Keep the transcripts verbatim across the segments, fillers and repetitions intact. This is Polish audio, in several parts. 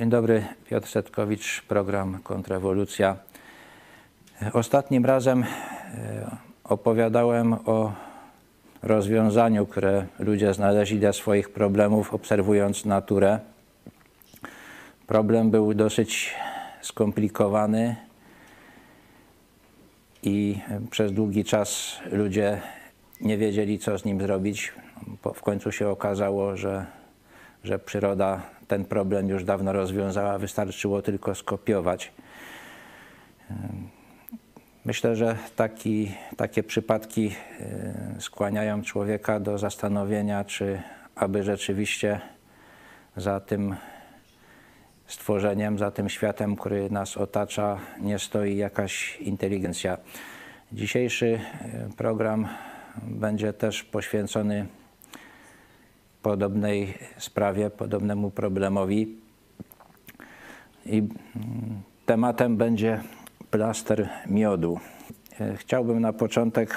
Dzień dobry, Piotr Setkowicz, program Kontrrewolucja. Ostatnim razem opowiadałem o rozwiązaniu, które ludzie znaleźli dla swoich problemów, obserwując naturę. Problem był dosyć skomplikowany i przez długi czas ludzie nie wiedzieli, co z nim zrobić. W końcu się okazało, że, że przyroda ten problem już dawno rozwiązała, wystarczyło tylko skopiować. Myślę, że taki, takie przypadki skłaniają człowieka do zastanowienia, czy aby rzeczywiście za tym stworzeniem, za tym światem, który nas otacza, nie stoi jakaś inteligencja. Dzisiejszy program będzie też poświęcony podobnej sprawie, podobnemu problemowi. I tematem będzie plaster miodu. Chciałbym na początek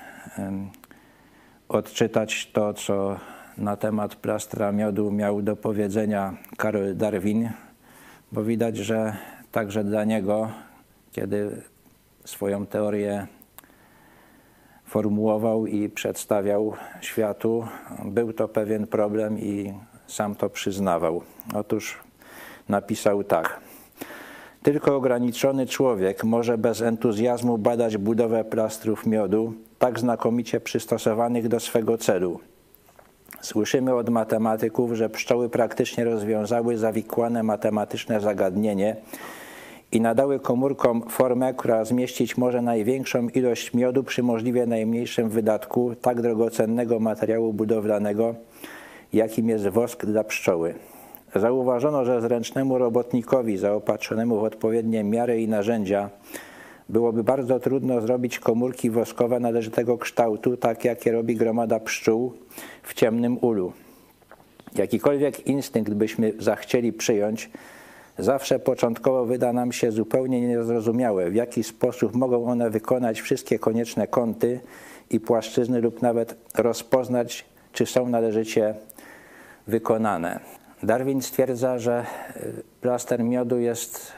odczytać to, co na temat plastra miodu miał do powiedzenia Karl Darwin, bo widać, że także dla niego, kiedy swoją teorię formułował i przedstawiał światu, był to pewien problem i sam to przyznawał. Otóż napisał tak: tylko ograniczony człowiek może bez entuzjazmu badać budowę plastrów miodu, tak znakomicie przystosowanych do swego celu. Słyszymy od matematyków, że pszczoły praktycznie rozwiązały zawikłane matematyczne zagadnienie i nadały komórkom formę, która zmieścić może największą ilość miodu przy możliwie najmniejszym wydatku tak drogocennego materiału budowlanego, jakim jest wosk dla pszczoły. Zauważono, że zręcznemu robotnikowi zaopatrzonemu w odpowiednie miary i narzędzia byłoby bardzo trudno zrobić komórki woskowe należytego kształtu, tak jak je robi gromada pszczół w ciemnym ulu. Jakikolwiek instynkt byśmy zachcieli przyjąć, zawsze początkowo wyda nam się zupełnie niezrozumiałe, w jaki sposób mogą one wykonać wszystkie konieczne kąty i płaszczyzny lub nawet rozpoznać, czy są należycie wykonane. Darwin stwierdza, że plaster miodu jest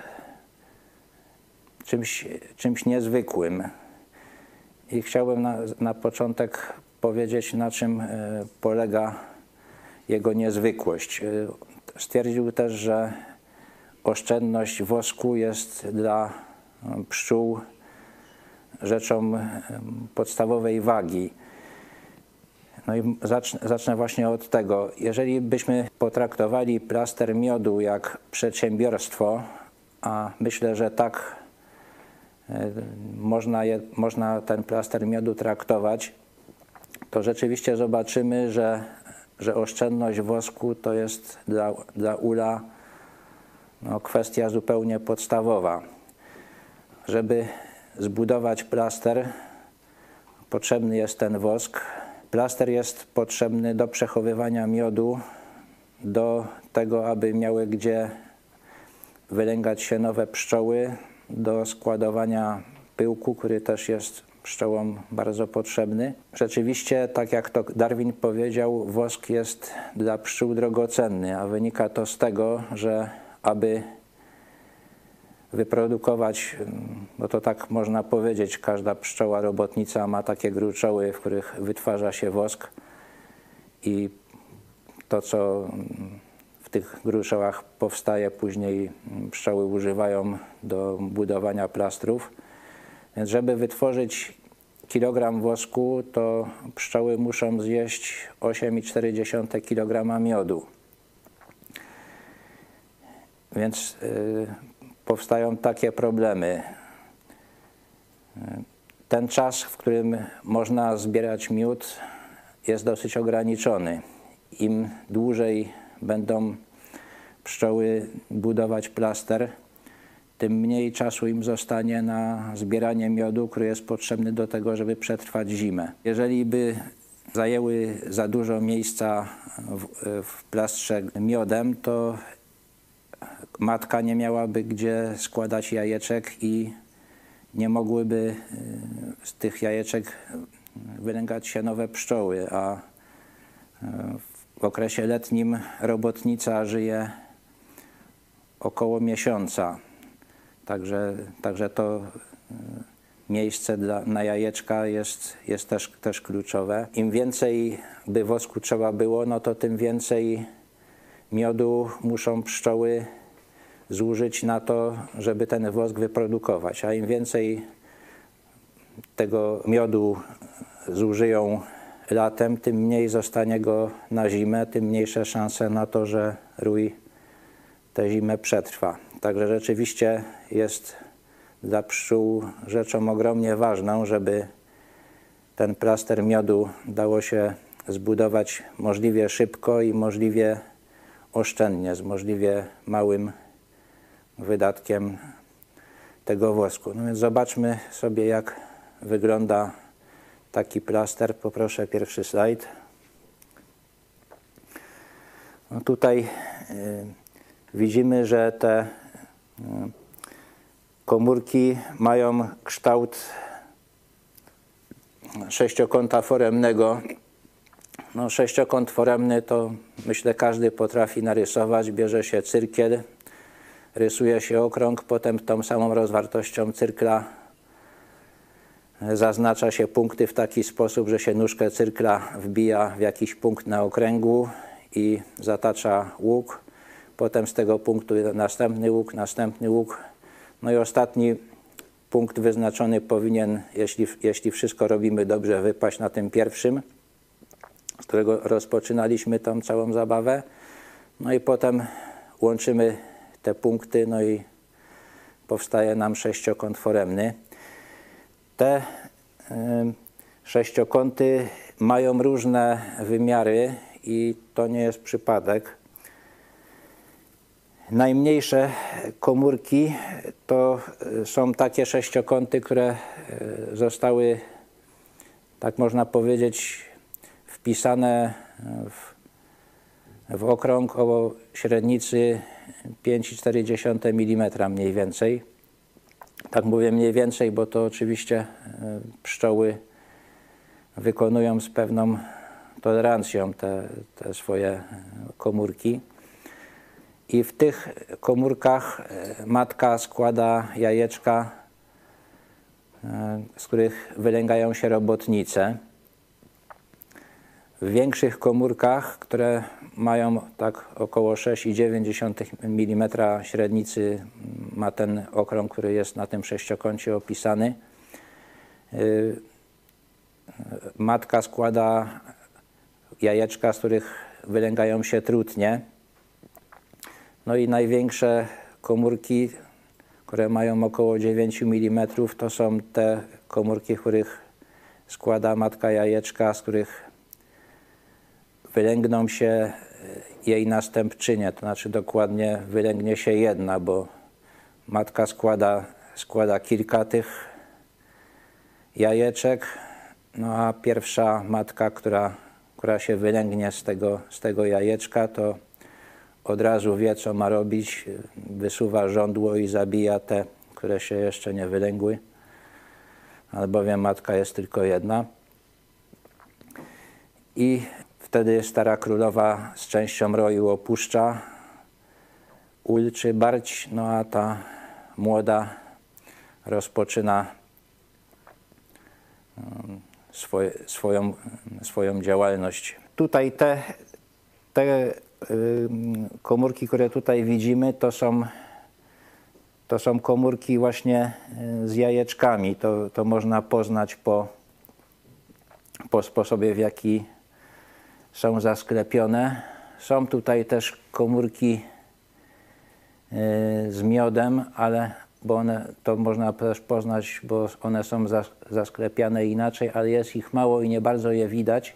czymś, czymś niezwykłym. I chciałbym na, na początek powiedzieć, na czym polega jego niezwykłość. Stwierdził też, że oszczędność wosku jest dla pszczół rzeczą podstawowej wagi. No i zacznę, zacznę właśnie od tego. Jeżeli byśmy potraktowali plaster miodu jak przedsiębiorstwo, a myślę, że tak można, je, można ten plaster miodu traktować, to rzeczywiście zobaczymy, że, że oszczędność wosku to jest dla, dla ula no, kwestia zupełnie podstawowa. Żeby zbudować plaster, potrzebny jest ten wosk. Plaster jest potrzebny do przechowywania miodu, do tego, aby miały gdzie wylęgać się nowe pszczoły, do składowania pyłku, który też jest pszczołom bardzo potrzebny. Rzeczywiście, tak jak to Darwin powiedział, wosk jest dla pszczół drogocenny, a wynika to z tego, że aby wyprodukować, bo to tak można powiedzieć, każda pszczoła robotnica ma takie gruczoły, w których wytwarza się wosk i to, co w tych gruczołach powstaje, później pszczoły używają do budowania plastrów. Więc żeby wytworzyć kilogram wosku, to pszczoły muszą zjeść osiem i cztery dziesiąte kilograma miodu. Więc yy, powstają takie problemy. Ten czas, w którym można zbierać miód, jest dosyć ograniczony. Im dłużej będą pszczoły budować plaster, tym mniej czasu im zostanie na zbieranie miodu, który jest potrzebny do tego, żeby przetrwać zimę. Jeżeli by zajęły za dużo miejsca w, w plastrze miodem, to matka nie miałaby gdzie składać jajeczek i nie mogłyby z tych jajeczek wylęgać się nowe pszczoły, a w okresie letnim robotnica żyje około miesiąca. Także, także to miejsce dla, na jajeczka jest, jest też, też kluczowe. Im więcej by wosku trzeba było, no to tym więcej miodu muszą pszczoły zużyć na to, żeby ten wosk wyprodukować. A im więcej tego miodu zużyją latem, tym mniej zostanie go na zimę, tym mniejsze szanse na to, że rój tę zimę przetrwa. Także rzeczywiście jest dla pszczół rzeczą ogromnie ważną, żeby ten plaster miodu dało się zbudować możliwie szybko i możliwie oszczędnie, z możliwie małym wydatkiem tego wosku. No więc zobaczmy sobie, jak wygląda taki plaster. Poproszę pierwszy slajd. No tutaj y, widzimy, że te y, komórki mają kształt sześciokąta foremnego. No, sześciokąt foremny to myślę każdy potrafi narysować. Bierze się cyrkiel, rysuje się okrąg, potem tą samą rozwartością cyrkla zaznacza się punkty w taki sposób, że się nóżkę cyrkla wbija w jakiś punkt na okręgu i zatacza łuk. Potem z tego punktu następny łuk, następny łuk. No i ostatni punkt wyznaczony powinien, jeśli, jeśli wszystko robimy dobrze, wypaść na tym pierwszym, z którego rozpoczynaliśmy tą całą zabawę. No i potem łączymy te punkty, no i powstaje nam sześciokąt foremny. Te y, sześciokąty mają różne wymiary i to nie jest przypadek. Najmniejsze komórki to są takie sześciokąty, które zostały, tak można powiedzieć, wpisane w, w okrąg o średnicy pięć przecinek cztery milimetra mniej więcej. Tak mówię mniej więcej, bo to oczywiście pszczoły wykonują z pewną tolerancją te, te swoje komórki. I w tych komórkach matka składa jajeczka, z których wylęgają się robotnice. W większych komórkach, które mają tak około sześć przecinek dziewięć milimetra średnicy, ma ten okrąg, który jest na tym sześciokącie opisany. Matka składa jajeczka, z których wylęgają się trutnie. No i największe komórki, które mają około dziewięć milimetrów, to są te komórki, w których składa matka jajeczka, z których wylęgną się jej następczynie, to znaczy dokładnie wylęgnie się jedna, bo matka składa, składa kilka tych jajeczek, no a pierwsza matka, która, która się wylęgnie z tego, z tego jajeczka, to od razu wie, co ma robić, wysuwa żądło i zabija te, które się jeszcze nie wylęgły, albowiem matka jest tylko jedna. I wtedy stara królowa z częścią roju opuszcza ul czy barć, no a ta młoda rozpoczyna swoje, swoją, swoją działalność. Tutaj te, te komórki, które tutaj widzimy, to są, to są komórki właśnie z jajeczkami. To, to można poznać po, po sposobie, w jaki są zasklepione. Są tutaj też komórki z miodem, ale bo one, to można też poznać, bo one są zasklepiane inaczej, ale jest ich mało i nie bardzo je widać.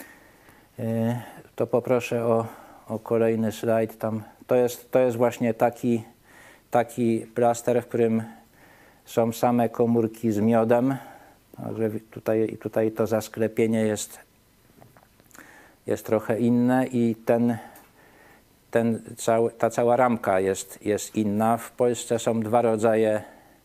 To poproszę o, o kolejny slajd. Tam, to, jest, to jest właśnie taki, taki plaster, w którym są same komórki z miodem. Także tutaj, tutaj to zasklepienie jest, jest trochę inne i ten, ten cały, ta cała ramka jest, jest inna. W Polsce są dwa rodzaje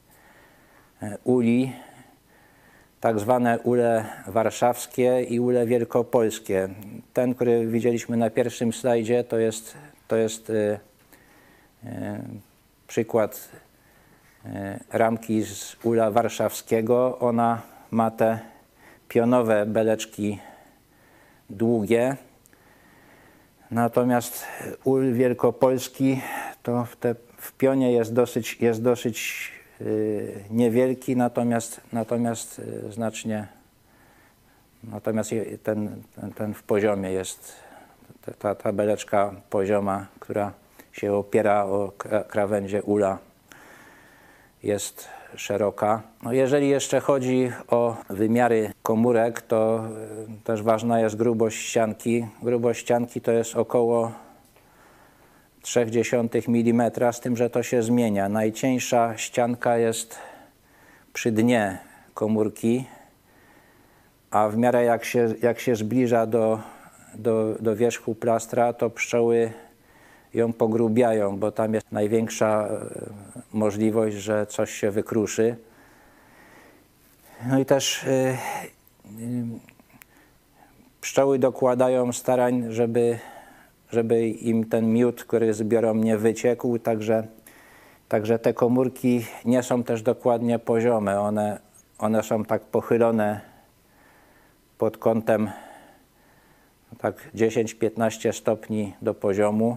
uli, tak zwane ule warszawskie i ule wielkopolskie. Ten, który widzieliśmy na pierwszym slajdzie, to jest, to jest Przykład ramki z ula warszawskiego. Ona ma te pionowe beleczki długie, natomiast ul wielkopolski to w, te, w pionie jest dosyć, jest dosyć yy, niewielki, natomiast, natomiast yy, znacznie, natomiast ten, ten, ten w poziomie jest, ta, ta beleczka pozioma, która się opiera o krawędzie ula, jest szeroka. No jeżeli jeszcze chodzi o wymiary komórek, to też ważna jest grubość ścianki. Grubość ścianki to jest około trzy przecinek pięć milimetra, z tym, że to się zmienia. Najcieńsza ścianka jest przy dnie komórki, a w miarę jak się, jak się zbliża do, do, do wierzchu plastra, to pszczoły ją pogrubiają, bo tam jest największa możliwość, że coś się wykruszy. No i też yy, yy, pszczoły dokładają starań, żeby, żeby im ten miód, który zbiorą, nie wyciekł, także, także te komórki nie są też dokładnie poziome. One, one są tak pochylone pod kątem tak dziesięć do piętnastu stopni do poziomu.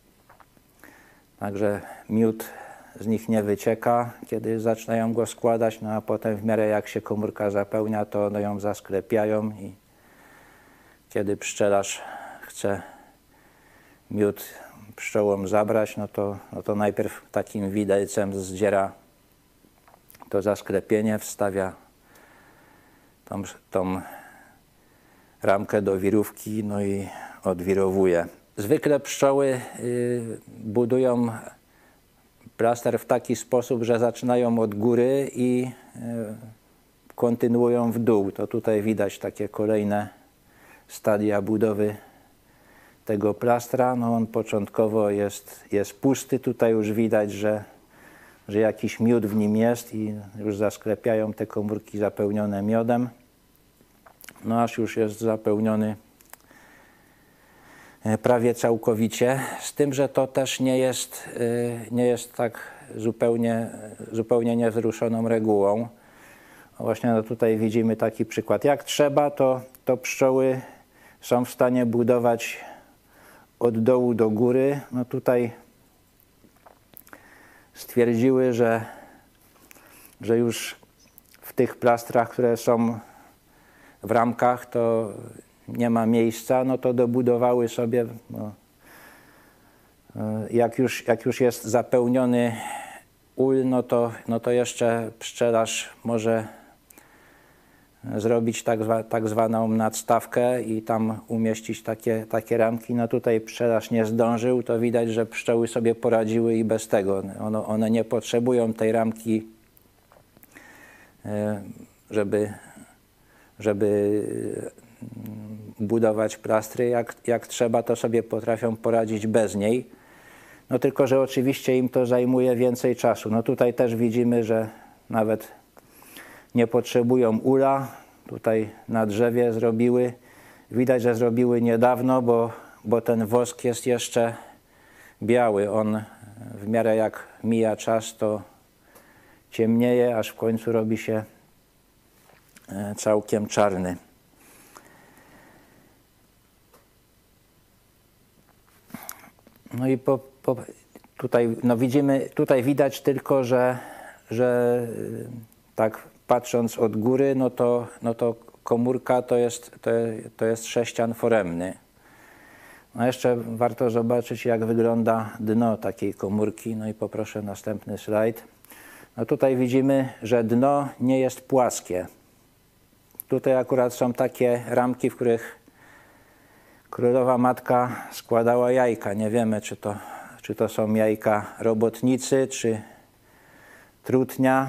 Także miód z nich nie wycieka, kiedy zaczynają go składać, no a potem w miarę jak się komórka zapełnia, to one ją zasklepiają i kiedy pszczelarz chce miód pszczołom zabrać, no to, no to najpierw takim widelcem zdziera to zasklepienie, wstawia tą, tą ramkę do wirówki, no i odwirowuje. Zwykle pszczoły y, budują plaster w taki sposób, że zaczynają od góry i y, kontynuują w dół. To tutaj widać takie kolejne stadia budowy tego plastra. No on początkowo jest, jest pusty. Tutaj już widać, że, że jakiś miód w nim jest i już zasklepiają te komórki zapełnione miodem. No aż już jest zapełniony prawie całkowicie, z tym, że to też nie jest, nie jest tak zupełnie, zupełnie niewzruszoną regułą. Właśnie no tutaj widzimy taki przykład. Jak trzeba, to, to pszczoły są w stanie budować od dołu do góry. No tutaj stwierdziły, że, że już w tych plastrach, które są w ramkach, to nie ma miejsca, no to dobudowały sobie, no, jak, już, jak już jest zapełniony ul, no to, no to jeszcze pszczelarz może zrobić tak, zwa, tak zwaną nadstawkę i tam umieścić takie, takie ramki. No tutaj pszczelarz nie zdążył, to widać, że pszczoły sobie poradziły i bez tego. One, one nie potrzebują tej ramki, żeby, żeby budować plastry. Jak, jak trzeba, to sobie potrafią poradzić bez niej. No tylko, że oczywiście im to zajmuje więcej czasu. No tutaj też widzimy, że nawet nie potrzebują ula. Tutaj na drzewie zrobiły. Widać, że zrobiły niedawno, bo, bo ten wosk jest jeszcze biały. On w miarę jak mija czas, to ciemnieje, aż w końcu robi się całkiem czarny. No i po, po, tutaj, no widzimy, tutaj widać tylko, że, że tak patrząc od góry, no to, no to komórka to jest, to, to jest sześcian foremny. No jeszcze warto zobaczyć, jak wygląda dno takiej komórki. No i poproszę następny slajd. No tutaj widzimy, że dno nie jest płaskie. Tutaj akurat są takie ramki, w których królowa matka składała jajka. Nie wiemy, czy to, czy to są jajka robotnicy, czy trutnia,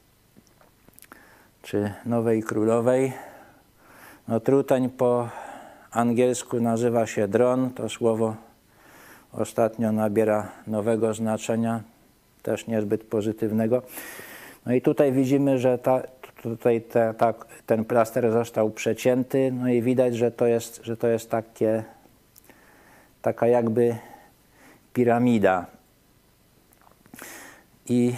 czy nowej królowej. No, truteń po angielsku nazywa się dron. To słowo ostatnio nabiera nowego znaczenia, też niezbyt pozytywnego. No i tutaj widzimy, że ta, tutaj ta, ta, ten plaster został przecięty, no i widać, że to jest, że to jest takie, taka jakby piramida. I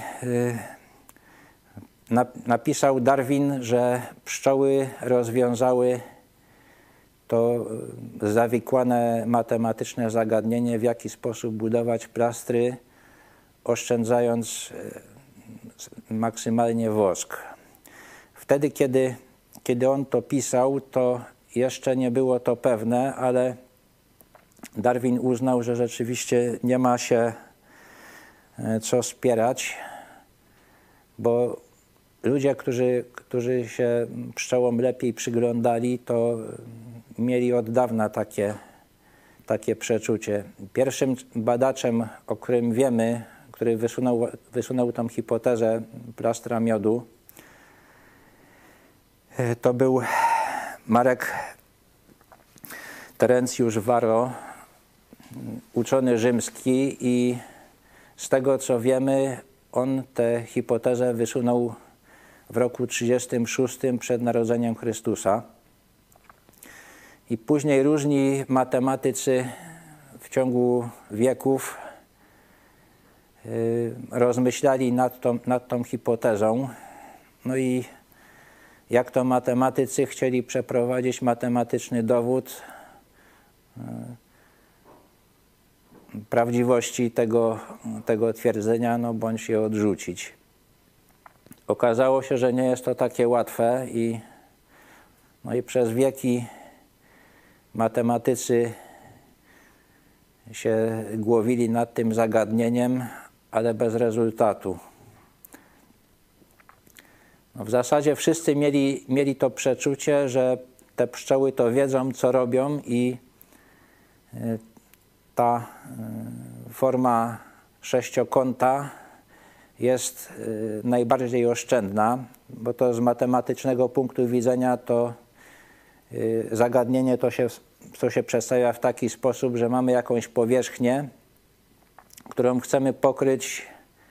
napisał Darwin, że pszczoły rozwiązały to zawikłane matematyczne zagadnienie, w jaki sposób budować plastry, oszczędzając maksymalnie wosk. Wtedy, kiedy, kiedy on to pisał, to jeszcze nie było to pewne, ale Darwin uznał, że rzeczywiście nie ma się co spierać, bo ludzie, którzy, którzy się pszczołom lepiej przyglądali, to mieli od dawna takie, takie przeczucie. Pierwszym badaczem, o którym wiemy, który wysunął, wysunął tą hipotezę plastra miodu, to był Marek Terencjusz Varro, uczony rzymski, i z tego co wiemy, on tę hipotezę wysunął w roku trzydziestym szóstym przed narodzeniem Chrystusa. I później różni matematycy w ciągu wieków yy, rozmyślali nad tą, nad tą hipotezą. No i jak to matematycy chcieli przeprowadzić matematyczny dowód yy, prawdziwości tego, tego twierdzenia, no bądź je odrzucić. Okazało się, że nie jest to takie łatwe i, no i przez wieki matematycy się głowili nad tym zagadnieniem, ale bez rezultatu. No w zasadzie wszyscy mieli, mieli to przeczucie, że te pszczoły to wiedzą, co robią, i ta forma sześciokąta jest najbardziej oszczędna, bo to z matematycznego punktu widzenia to zagadnienie to się, to się przedstawia w taki sposób, że mamy jakąś powierzchnię, którą chcemy pokryć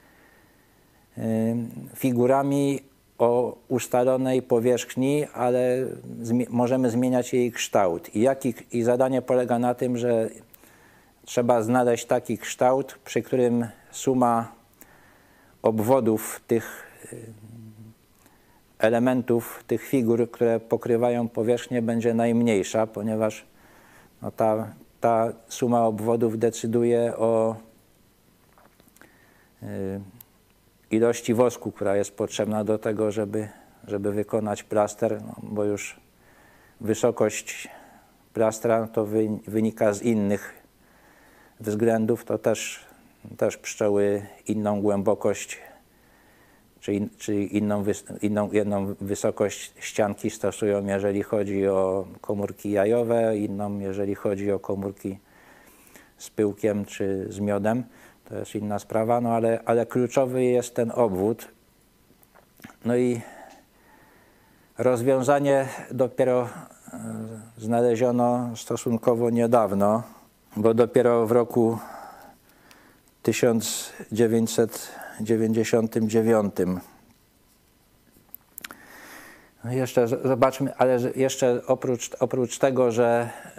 figurami o ustalonej powierzchni, ale zmi- możemy zmieniać jej kształt. I, jaki, I zadanie polega na tym, że trzeba znaleźć taki kształt, przy którym suma obwodów tych elementów, tych figur, które pokrywają powierzchnię, będzie najmniejsza, ponieważ no ta, ta suma obwodów decyduje o y, ilości wosku, która jest potrzebna do tego, żeby, żeby wykonać plaster, no, bo już wysokość plastra to wy, wynika z innych względów. To też, też pszczoły inną głębokość czy, czy inną, inną jedną wysokość ścianki stosują, jeżeli chodzi o komórki jajowe, inną, jeżeli chodzi o komórki z pyłkiem czy z miodem. To jest inna sprawa, no ale, ale kluczowy jest ten obwód. No i rozwiązanie dopiero znaleziono stosunkowo niedawno, bo dopiero w roku tysiąc dziewięćset dziewięćdziesiątym dziewiątym. No jeszcze zobaczmy, ale jeszcze oprócz, oprócz tego, że y,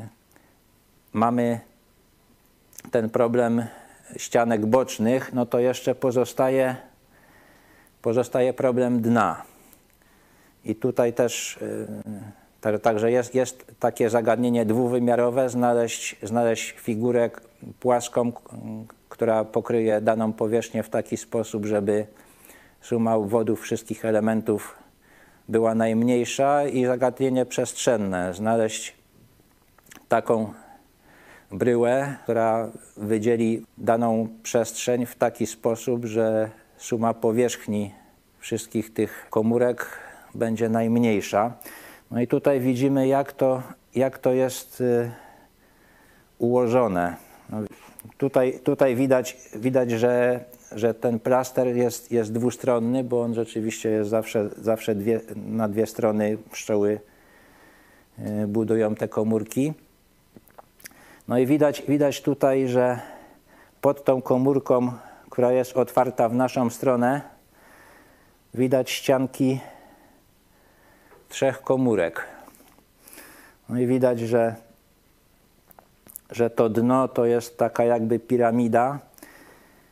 mamy ten problem ścianek bocznych, no to jeszcze pozostaje, pozostaje problem dna. I tutaj też y, także jest, jest takie zagadnienie dwuwymiarowe, znaleźć, znaleźć figurę płaską, która pokryje daną powierzchnię w taki sposób, żeby suma obwodów wszystkich elementów była najmniejsza, i zagadnienie przestrzenne, znaleźć taką bryłę, która wydzieli daną przestrzeń w taki sposób, że suma powierzchni wszystkich tych komórek będzie najmniejsza. No i tutaj widzimy, jak to, jak to jest y, ułożone. No, tutaj, tutaj widać, widać że, że ten plaster jest, jest dwustronny, bo on rzeczywiście jest zawsze, zawsze dwie, na dwie strony pszczoły y, budują te komórki. No i widać, widać tutaj, że pod tą komórką, która jest otwarta w naszą stronę, widać ścianki trzech komórek. No i widać, że, że to dno to jest taka jakby piramida,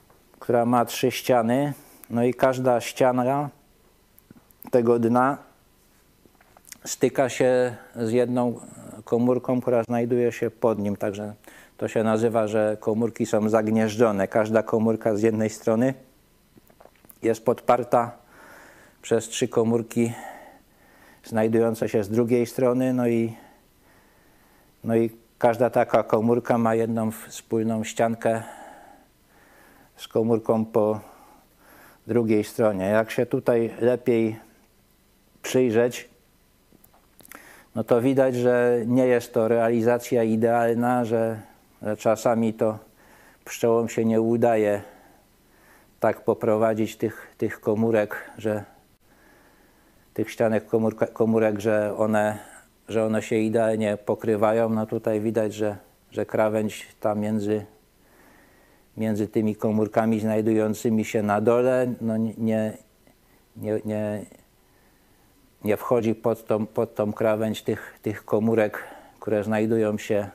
która ma trzy ściany, no i każda ściana tego dna styka się z jedną komórką, która znajduje się pod nim, także to się nazywa, że komórki są zagnieżdżone. Każda komórka z jednej strony jest podparta przez trzy komórki znajdujące się z drugiej strony, no i, no i każda taka komórka ma jedną wspólną ściankę z komórką po drugiej stronie. Jak się tutaj lepiej przyjrzeć, no to widać, że nie jest to realizacja idealna, że, że czasami to pszczołom się nie udaje tak poprowadzić tych, tych komórek, że tych ścianek komórka, komórek, że one, że one się idealnie pokrywają. No tutaj widać, że, że krawędź ta między, między tymi komórkami znajdującymi się na dole no nie, nie, nie, nie wchodzi pod tą, pod tą krawędź tych, tych komórek, które znajdują się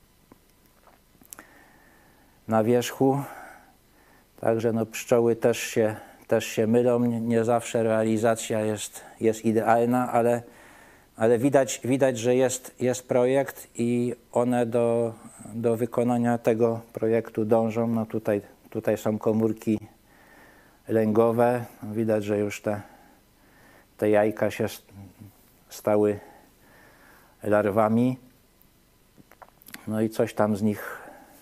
na wierzchu. Także no pszczoły też się, też się mylą, nie zawsze realizacja jest, jest idealna, ale, ale widać, widać, że jest, jest projekt i one do, do wykonania tego projektu dążą. No tutaj, tutaj są komórki lęgowe, widać, że już te, te jajka się stały larwami, no i coś tam z nich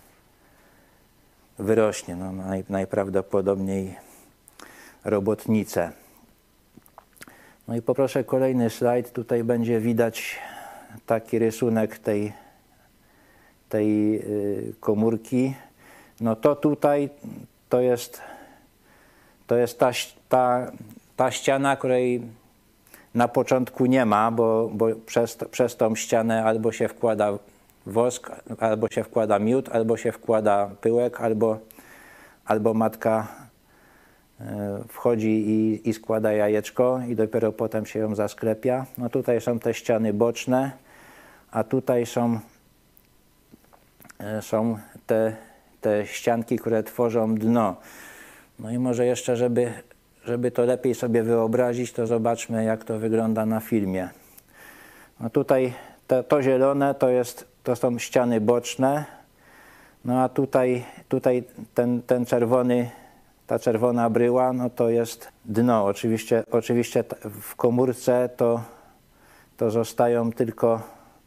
wyrośnie, no naj, najprawdopodobniej robotnice. No i poproszę kolejny slajd. Tutaj będzie widać taki rysunek tej, tej y, komórki. No to tutaj to jest, to jest ta, ta, ta ściana, której na początku nie ma, bo, bo przez, przez tą ścianę albo się wkłada wosk, albo się wkłada miód, albo się wkłada pyłek, albo, albo matka wchodzi i, i składa jajeczko i dopiero potem się ją zasklepia. No tutaj są te ściany boczne, a tutaj są, są te, te ścianki, które tworzą dno. No i może jeszcze, żeby, żeby to lepiej sobie wyobrazić, to zobaczmy, jak to wygląda na filmie. No tutaj to, to zielone to jest To są ściany boczne, no a tutaj, tutaj ten, ten czerwony, ta czerwona bryła, no to jest dno. Oczywiście, oczywiście w komórce to, to zostają tylko,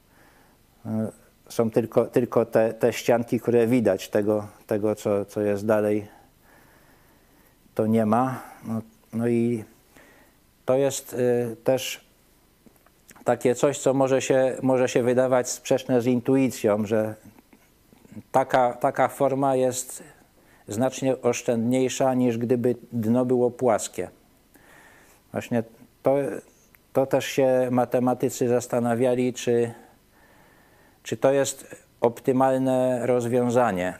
są tylko, tylko te, te ścianki, które widać, tego, tego co, co jest dalej, to nie ma. No, no i to jest y, też takie coś, co może się, może się wydawać sprzeczne z intuicją, że taka, taka forma jest znacznie oszczędniejsza, niż gdyby dno było płaskie. Właśnie to, to też się matematycy zastanawiali, czy, czy to jest optymalne rozwiązanie.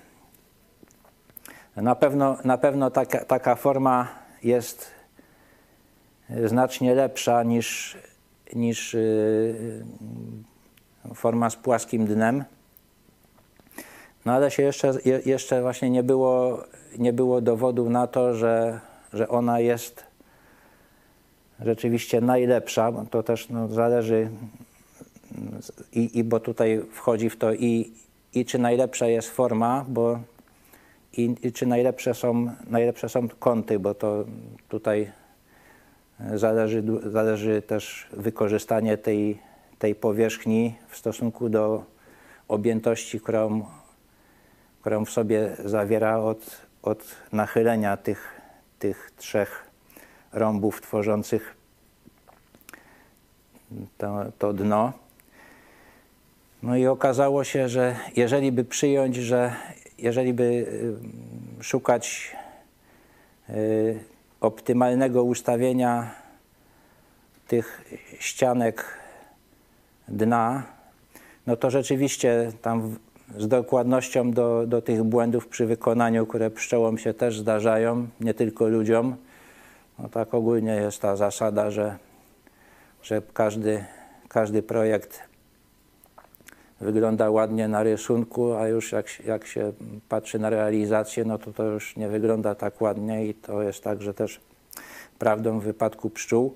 Na pewno, na pewno taka, taka forma jest znacznie lepsza niż niż y, forma z płaskim dnem. No ale się jeszcze, je, jeszcze właśnie nie było, nie było dowodów na to, że, że ona jest rzeczywiście najlepsza, bo to też no, zależy i, i bo tutaj wchodzi w to i, i czy najlepsza jest forma, bo i, i czy najlepsze są, najlepsze są kąty, bo to tutaj Zależy, zależy też wykorzystanie tej, tej powierzchni w stosunku do objętości, którą, którą w sobie zawiera od, od nachylenia tych, tych trzech rąbów tworzących to, to dno. No i okazało się, że jeżeli by przyjąć, że jeżeli by szukać yy, optymalnego ustawienia tych ścianek dna, no to rzeczywiście tam z dokładnością do, do tych błędów przy wykonaniu, które pszczołom się też zdarzają, nie tylko ludziom, no tak ogólnie jest ta zasada, że, że każdy, każdy projekt wygląda ładnie na rysunku, a już jak, jak się patrzy na realizację, no to to już nie wygląda tak ładnie i to jest także też prawdą w wypadku pszczół.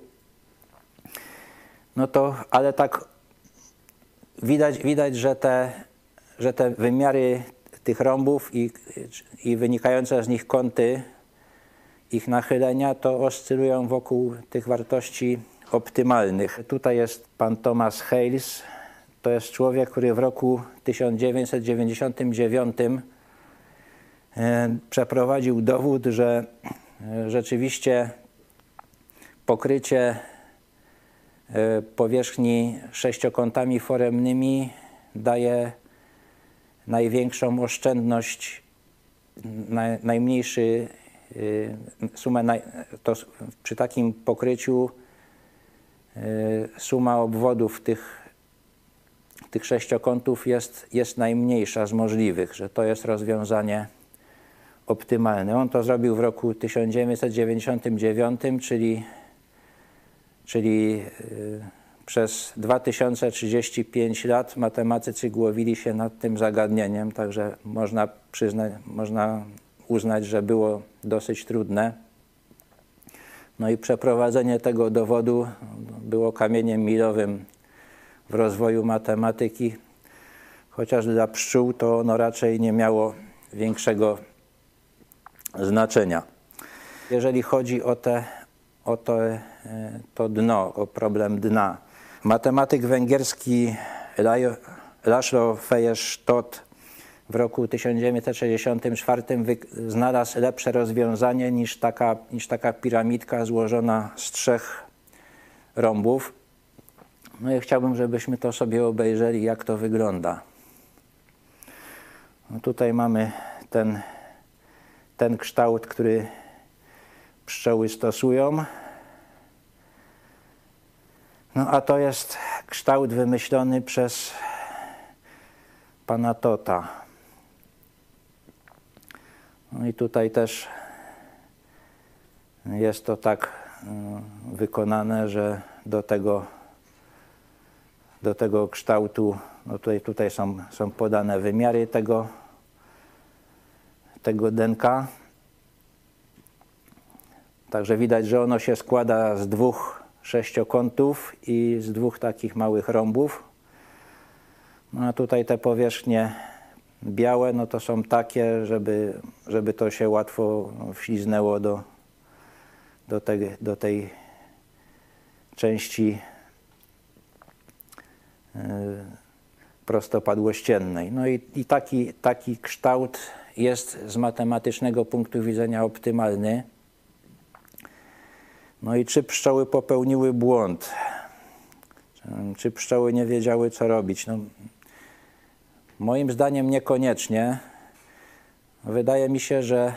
No to, ale tak widać, widać że, te, że te wymiary tych rąbów i, i wynikające z nich kąty ich nachylenia to oscylują wokół tych wartości optymalnych. Tutaj jest pan Thomas Hales. To jest człowiek, który w roku tysiąc dziewięćset dziewięćdziesiątym dziewiątym e, przeprowadził dowód, że e, rzeczywiście pokrycie e, powierzchni sześciokątami foremnymi daje największą oszczędność, naj, najmniejszy e, sumę, naj, to przy takim pokryciu e, suma obwodów tych tych sześciokątów jest, jest najmniejsza z możliwych, że to jest rozwiązanie optymalne. On to zrobił w roku tysiąc dziewięćset dziewięćdziesiątym dziewiątym, czyli, czyli yy, przez dwa tysiące trzydzieści pięć lat matematycy głowili się nad tym zagadnieniem, także można, przyznać, można uznać, że było dosyć trudne. No i przeprowadzenie tego dowodu było kamieniem milowym w rozwoju matematyki, chociaż dla pszczół to ono raczej nie miało większego znaczenia. Jeżeli chodzi o, te, o to, to dno, o problem dna, matematyk węgierski László Fejensztóth w roku tysiąc dziewięćset sześćdziesiątym czwartym znalazł lepsze rozwiązanie niż taka, niż taka piramidka złożona z trzech rąbów. No i chciałbym, żebyśmy to sobie obejrzeli, jak to wygląda. No tutaj mamy ten, ten kształt, który pszczoły stosują. No a to jest kształt wymyślony przez pana Tota. No i tutaj też jest to tak y, wykonane, że do tego Do tego kształtu, no tutaj, tutaj są, są podane wymiary tego, tego denka. Także widać, że ono się składa z dwóch sześciokątów i z dwóch takich małych rąbów. No a tutaj te powierzchnie białe, no to są takie, żeby, żeby to się łatwo wśliznęło do, do, te, do tej części prostopadłościennej. No i, i taki, taki kształt jest z matematycznego punktu widzenia optymalny. No i czy pszczoły popełniły błąd? Czy pszczoły nie wiedziały, co robić? No, moim zdaniem niekoniecznie. Wydaje mi się, że,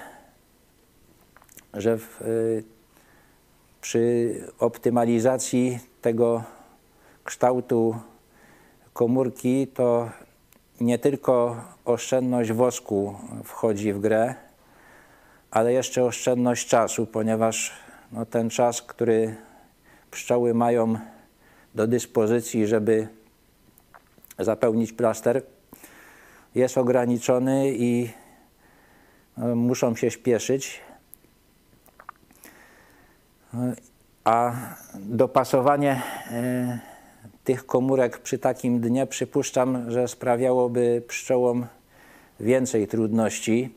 że w, y, przy optymalizacji tego kształtu komórki to nie tylko oszczędność wosku wchodzi w grę, ale jeszcze oszczędność czasu, ponieważ no, ten czas, który pszczoły mają do dyspozycji, żeby zapełnić plaster, jest ograniczony i no, muszą się śpieszyć. A dopasowanie e, tych komórek przy takim dnie przypuszczam, że sprawiałoby pszczołom więcej trudności.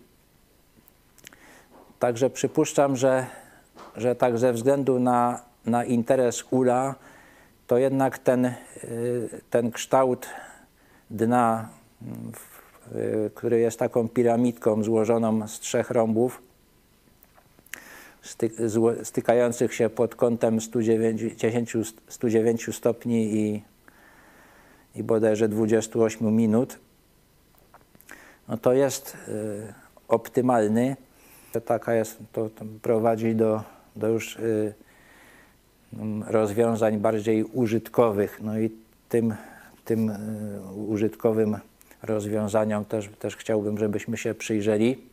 Także przypuszczam, że, że tak ze względu na, na interes ula, to jednak ten, ten kształt dna, który jest taką piramidką złożoną z trzech rąbów, stykających się pod kątem stu dziewięciu stopni i, i bodajże dwudziestu ośmiu minut, no to jest y, optymalny. To taka jest, to, to prowadzi do, do już y, rozwiązań bardziej użytkowych. No i tym, tym y, użytkowym rozwiązaniom też, też chciałbym, żebyśmy się przyjrzeli.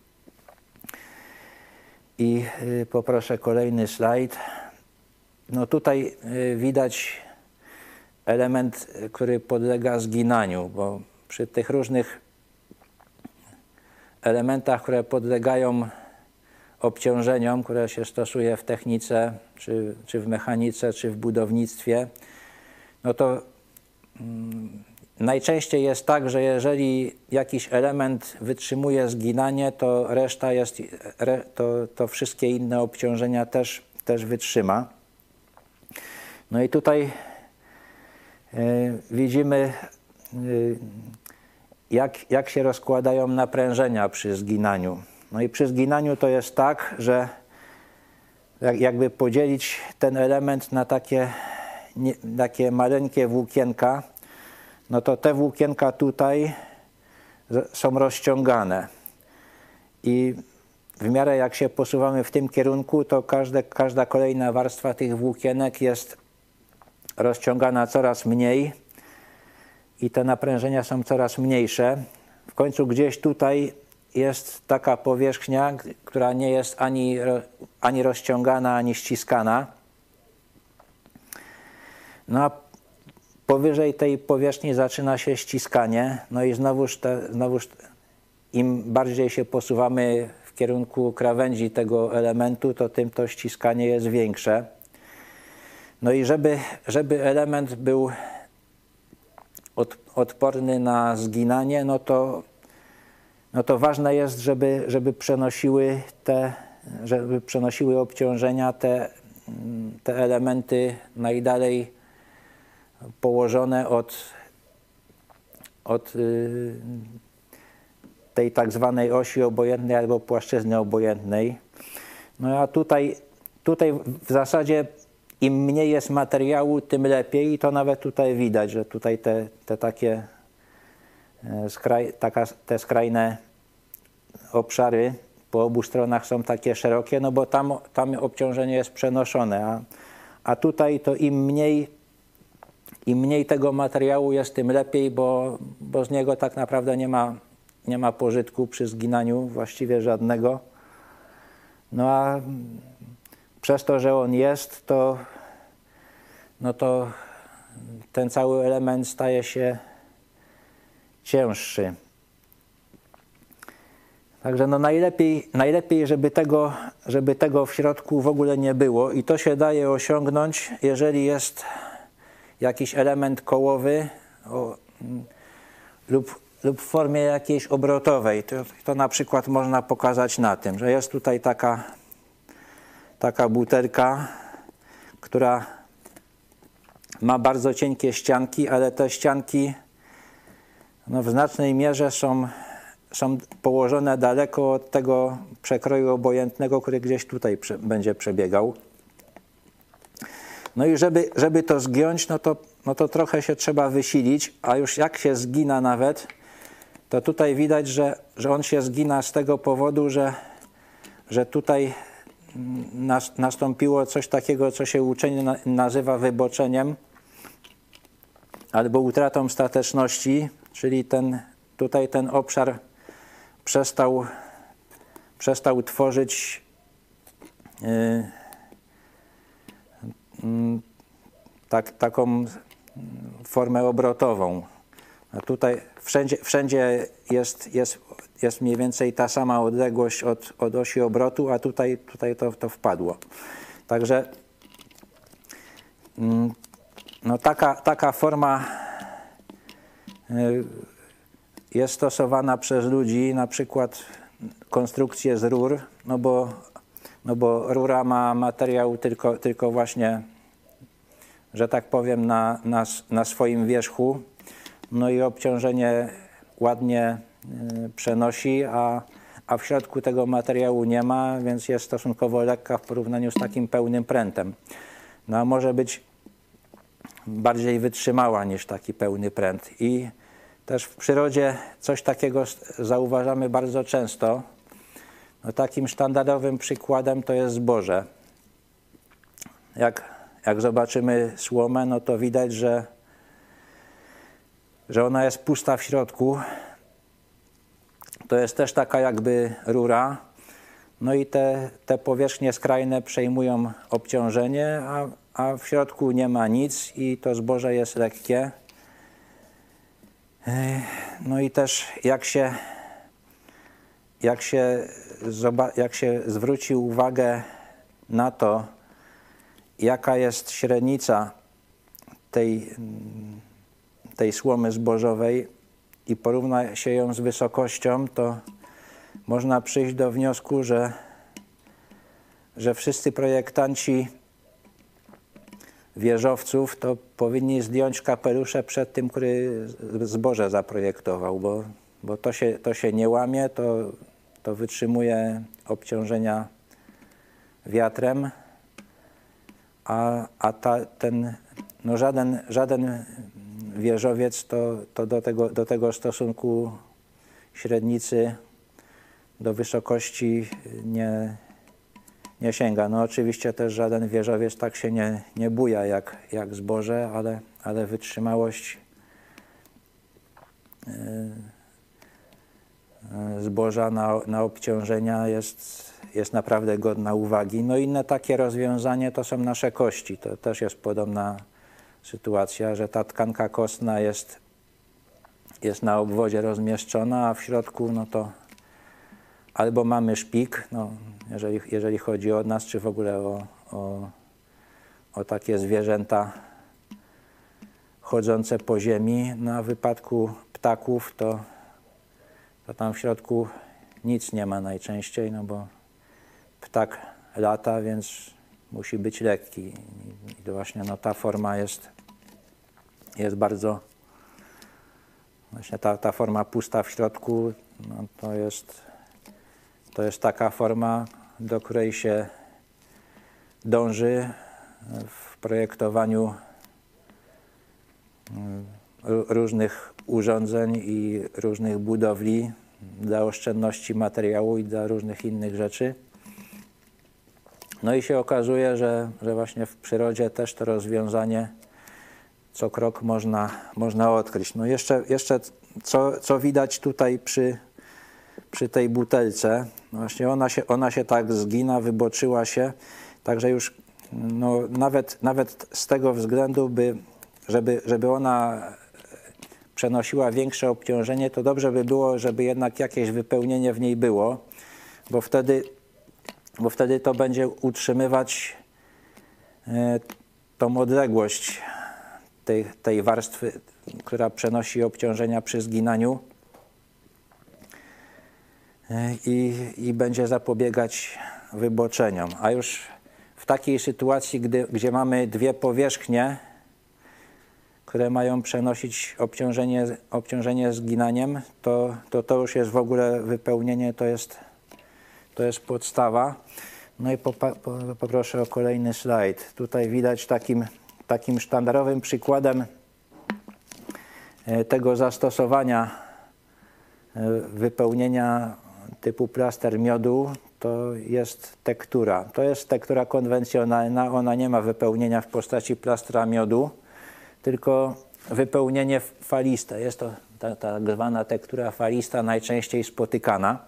I y, poproszę kolejny slajd. No tutaj y, widać element, który podlega zginaniu, bo przy tych różnych elementach, które podlegają obciążeniom, które się stosuje w technice, czy, czy w mechanice, czy w budownictwie, no to mm, najczęściej jest tak, że jeżeli jakiś element wytrzymuje zginanie, to reszta jest, re, to, to wszystkie inne obciążenia też, też wytrzyma. No i tutaj y, widzimy, y, jak, jak się rozkładają naprężenia przy zginaniu. No i przy zginaniu to jest tak, że jak, jakby podzielić ten element na takie, nie, takie maleńkie włókienka, no to te włókienka tutaj są rozciągane. I w miarę jak się posuwamy w tym kierunku, to każde, każda kolejna warstwa tych włókienek jest rozciągana coraz mniej i te naprężenia są coraz mniejsze. W końcu gdzieś tutaj jest taka powierzchnia, która nie jest ani, ani rozciągana, ani ściskana. No a powyżej tej powierzchni zaczyna się ściskanie. No i znowuż, te, znowuż im bardziej się posuwamy w kierunku krawędzi tego elementu, to tym to ściskanie jest większe. No i żeby, żeby element był od, odporny na zginanie, no to no to ważne jest, żeby, żeby, przenosiły te, żeby przenosiły obciążenia te, te elementy najdalej położone od, od yy, tej tak zwanej osi obojętnej albo płaszczyzny obojętnej. No a tutaj, tutaj w zasadzie im mniej jest materiału, tym lepiej i to nawet tutaj widać, że tutaj te, te takie skraj, taka, te skrajne obszary po obu stronach są takie szerokie, no bo tam, tam obciążenie jest przenoszone, a, a tutaj to im mniej, im mniej tego materiału jest, tym lepiej, bo, bo z niego tak naprawdę nie ma, nie ma pożytku przy zginaniu, właściwie żadnego. No a przez to, że on jest, to, no to ten cały element staje się cięższy. Także no najlepiej, najlepiej żeby, tego, żeby tego w środku w ogóle nie było i to się daje osiągnąć, jeżeli jest jakiś element kołowy o, lub, lub w formie jakiejś obrotowej. To, to na przykład można pokazać na tym, że jest tutaj taka, taka butelka, która ma bardzo cienkie ścianki, ale te ścianki no, w znacznej mierze są, są położone daleko od tego przekroju obojętnego, który gdzieś tutaj prze, będzie przebiegał. No i żeby, żeby to zgiąć, no to, no to trochę się trzeba wysilić, a już jak się zgina nawet, to tutaj widać, że, że on się zgina z tego powodu, że, że tutaj nas, nastąpiło coś takiego, co się uczenie na, nazywa wyboczeniem albo utratą stateczności, czyli ten, tutaj ten obszar przestał, przestał tworzyć yy, yy, tak, taką formę obrotową. A tutaj wszędzie, wszędzie jest, jest, jest mniej więcej ta sama odległość od, od osi obrotu, a tutaj, tutaj to, to wpadło. Także yy, no taka, taka forma yy, jest stosowana przez ludzi, na przykład konstrukcje z rur, no bo, no bo rura ma materiał tylko, tylko właśnie, że tak powiem, na, na, na swoim wierzchu, no i obciążenie ładnie y, przenosi, a, a w środku tego materiału nie ma, więc jest stosunkowo lekka w porównaniu z takim pełnym prętem. No a może być bardziej wytrzymała niż taki pełny pręt. I też w przyrodzie coś takiego zauważamy bardzo często. No, takim standardowym przykładem to jest zboże. Jak, jak zobaczymy słomę, no to widać, że, że ona jest pusta w środku. To jest też taka jakby rura. No i te, te powierzchnie skrajne przejmują obciążenie, a, a w środku nie ma nic i to zboże jest lekkie. No i też jak się, jak się, jak się zwróci uwagę na to, jaka jest średnica tej, tej słomy zbożowej i porówna się ją z wysokością, to można przyjść do wniosku, że, że wszyscy projektanci wieżowców to powinni zdjąć kapelusze przed tym, który zboże zaprojektował, bo, bo to, się, to się nie łamie, to, to wytrzymuje obciążenia wiatrem, a, a ta, ten, no żaden, żaden wieżowiec to, to do, tego, do tego stosunku średnicy do wysokości nie, nie sięga. No oczywiście też żaden wieżowiec tak się nie, nie buja jak, jak zboże, ale, ale wytrzymałość yy, zboża na, na obciążenia jest, jest naprawdę godna uwagi. No inne takie rozwiązanie to są nasze kości. To też jest podobna sytuacja, że ta tkanka kostna jest, jest na obwodzie rozmieszczona, a w środku no to albo mamy szpik, no, jeżeli, jeżeli chodzi o nas, czy w ogóle o, o, o takie zwierzęta chodzące po ziemi. No, a w wypadku ptaków to, to tam w środku nic nie ma najczęściej, no bo ptak lata, więc musi być lekki. I to właśnie no, ta forma jest, jest bardzo, właśnie ta, ta forma pusta w środku, no, to jest To jest taka forma, do której się dąży w projektowaniu różnych urządzeń i różnych budowli dla oszczędności materiału i dla różnych innych rzeczy. No i się okazuje, że, że właśnie w przyrodzie też to rozwiązanie co krok można, można odkryć. No jeszcze, jeszcze co, co widać tutaj przy przy tej butelce, właśnie ona się, ona się tak zgina, wyboczyła się, także już no, nawet, nawet z tego względu, by, żeby, żeby ona przenosiła większe obciążenie, to dobrze by było, żeby jednak jakieś wypełnienie w niej było, bo wtedy, bo wtedy to będzie utrzymywać e, tą odległość tej, tej warstwy, która przenosi obciążenia przy zginaniu. I, i będzie zapobiegać wyboczeniom. A już w takiej sytuacji, gdy, gdzie mamy dwie powierzchnie, które mają przenosić obciążenie, obciążenie zginaniem, to, to to już jest w ogóle wypełnienie, to jest, to jest podstawa. No i popa, po, poproszę o kolejny slajd. Tutaj widać takim, takim sztandarowym przykładem tego zastosowania wypełnienia typu plaster miodu, to jest tektura. To jest tektura konwencjonalna, ona nie ma wypełnienia w postaci plastra miodu, tylko wypełnienie faliste. Jest to ta, tak zwana tektura falista, najczęściej spotykana.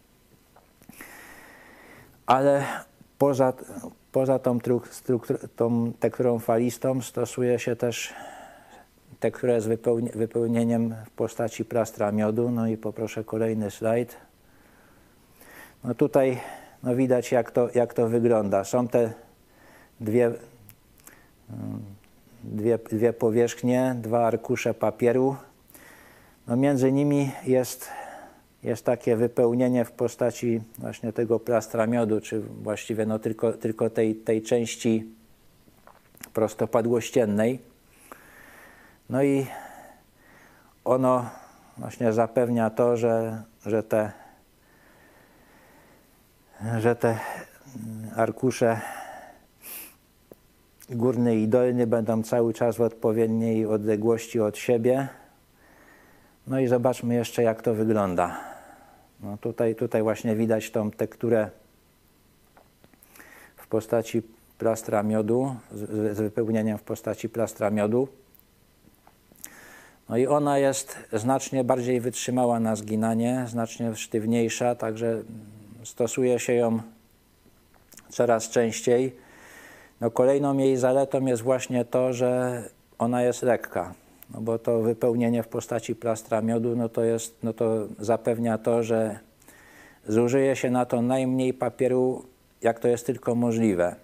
Ale poza, poza tą, tą tekturą falistą stosuje się też tekturę z wypełni wypełnieniem w postaci plastra miodu. No i poproszę kolejny slajd. No tutaj no widać jak to, jak to wygląda. Są te dwie, dwie, dwie powierzchnie, dwa arkusze papieru. No między nimi jest, jest takie wypełnienie w postaci właśnie tego plastra miodu, czy właściwie no tylko, tylko tej, tej części prostopadłościennej. No i ono właśnie zapewnia to, że, że te że te arkusze górny i dolny będą cały czas w odpowiedniej odległości od siebie. No i zobaczmy jeszcze, jak to wygląda. No tutaj, tutaj właśnie widać tą tekturę w postaci plastra miodu, z, z wypełnieniem w postaci plastra miodu. No i ona jest znacznie bardziej wytrzymała na zginanie, znacznie sztywniejsza, także stosuje się ją coraz częściej. No kolejną jej zaletą jest właśnie to, że ona jest lekka. no bo to wypełnienie w postaci plastra miodu, no to, jest, no to zapewnia to, że zużyje się na to najmniej papieru, jak to jest tylko możliwe.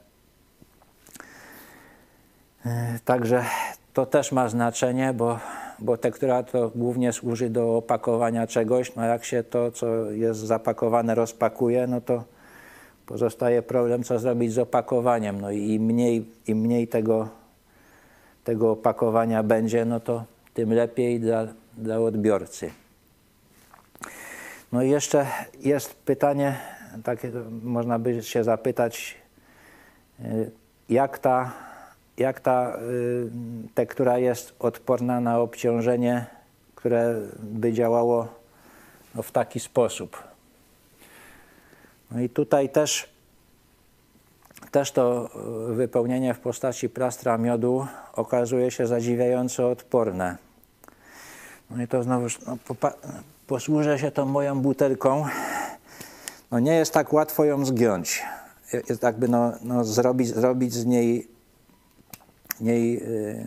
Także to też ma znaczenie, bo, bo tektura to głównie służy do opakowania czegoś. No jak się to, co jest zapakowane, rozpakuje, no to pozostaje problem, co zrobić z opakowaniem. No i im mniej, im mniej tego, tego opakowania będzie, no to tym lepiej dla, dla odbiorcy. No i jeszcze jest pytanie, takie można by się zapytać, jak ta, jak ta tektura jest odporna na obciążenie, które by działało no, w taki sposób. No i tutaj też, też to wypełnienie w postaci plastra miodu okazuje się zadziwiająco odporne. No i to znowu no, posłużę się tą moją butelką. No nie jest tak łatwo ją zgiąć. Jest jakby no, no zrobić, zrobić z niej, niej yy,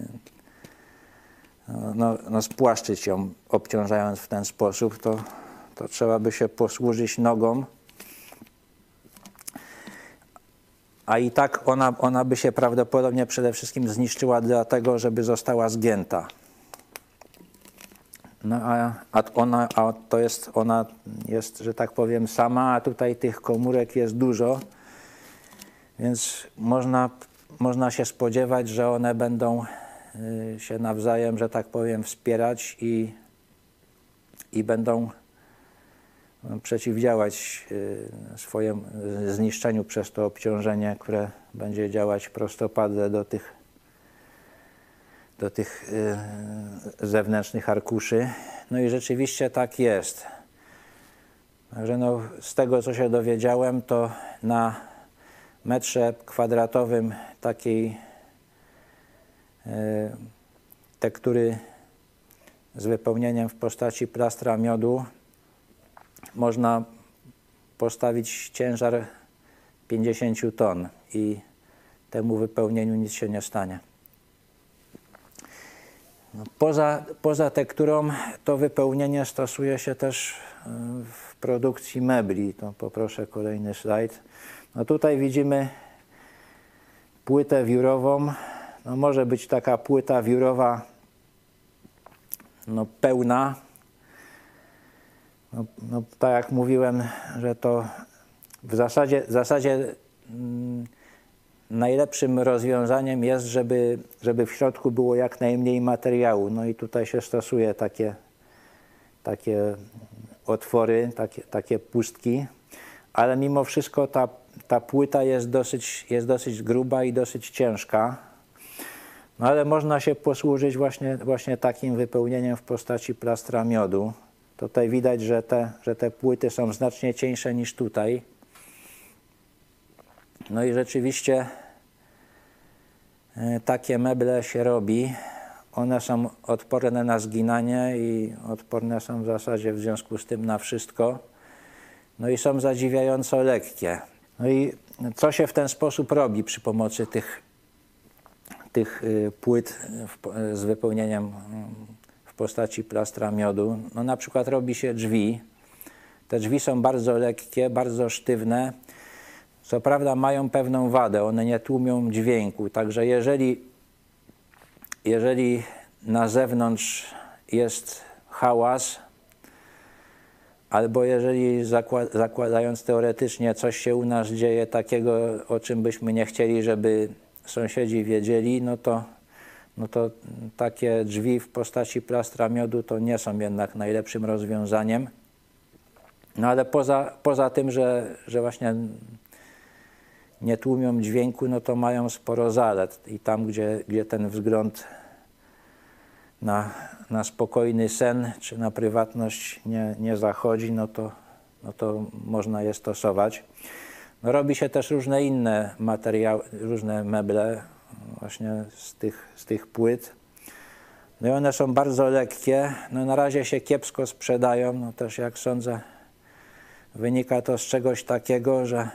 no, no spłaszczyć ją, obciążając w ten sposób, to, to trzeba by się posłużyć nogą. A i tak ona, ona by się prawdopodobnie przede wszystkim zniszczyła dlatego, żeby została zgięta. No a, a ona, a to jest, ona jest, że tak powiem, sama, a tutaj tych komórek jest dużo, więc można, można się spodziewać, że one będą y, się nawzajem, że tak powiem, wspierać i, i będą przeciwdziałać y, swojemu zniszczeniu przez to obciążenie, które będzie działać prostopadle do tych do tych y, zewnętrznych arkuszy. No i rzeczywiście tak jest. Także no, z tego, co się dowiedziałem, to na metrze kwadratowym takiej y, tektury z wypełnieniem w postaci plastra miodu można postawić ciężar pięćdziesiąt ton i temu wypełnieniu nic się nie stanie. No, poza, poza tekturą to wypełnienie stosuje się też w produkcji mebli. To poproszę kolejny slajd. No tutaj widzimy płytę wiórową. No może być taka płyta wiórowa no, pełna. No, no, tak jak mówiłem, że to w zasadzie, w zasadzie mm, najlepszym rozwiązaniem jest, żeby, żeby w środku było jak najmniej materiału. No i tutaj się stosuje takie, takie otwory, takie, takie pustki, ale mimo wszystko ta, ta płyta jest dosyć, jest dosyć gruba i dosyć ciężka. No ale można się posłużyć właśnie, właśnie takim wypełnieniem w postaci plastra miodu. Tutaj widać, że te, że te płyty są znacznie cieńsze niż tutaj. No i rzeczywiście takie meble się robi. One są odporne na zginanie i odporne są w zasadzie w związku z tym na wszystko. No i są zadziwiająco lekkie. No i co się w ten sposób robi przy pomocy tych, tych płyt z wypełnieniem w postaci plastra miodu? No na przykład robi się drzwi. Te drzwi są bardzo lekkie, bardzo sztywne. Co prawda mają pewną wadę, one nie tłumią dźwięku, także jeżeli, jeżeli na zewnątrz jest hałas, albo jeżeli zakład, zakładając teoretycznie coś się u nas dzieje takiego, o czym byśmy nie chcieli, żeby sąsiedzi wiedzieli, no to, no to takie drzwi w postaci plastra miodu to nie są jednak najlepszym rozwiązaniem. No ale poza, poza tym, że, że właśnie nie tłumią dźwięku, no to mają sporo zalet. I tam, gdzie, gdzie ten wzgląd na, na spokojny sen czy na prywatność nie, nie zachodzi, no to, no to można je stosować. No robi się też różne inne materiały, różne meble właśnie z tych, z tych płyt. No i one są bardzo lekkie. No na razie się kiepsko sprzedają. No też jak sądzę, wynika to z czegoś takiego, że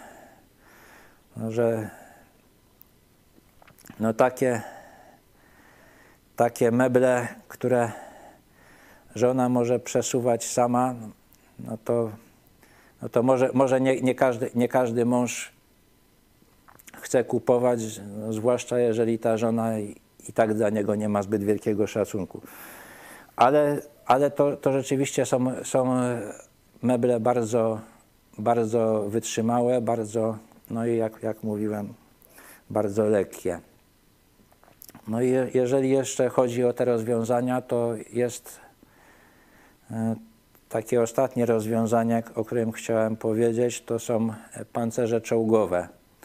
że no takie, takie meble, które żona może przesuwać sama, no to, no to może, może nie, nie, każdy, nie każdy mąż chce kupować, no zwłaszcza jeżeli ta żona i, i tak dla niego nie ma zbyt wielkiego szacunku. Ale, ale to, to rzeczywiście są, są meble bardzo, bardzo wytrzymałe, bardzo, no i jak, jak mówiłem, bardzo lekkie. No i je, jeżeli jeszcze chodzi o te rozwiązania, to jest e, takie ostatnie rozwiązanie, o którym chciałem powiedzieć, to są pancerze czołgowe.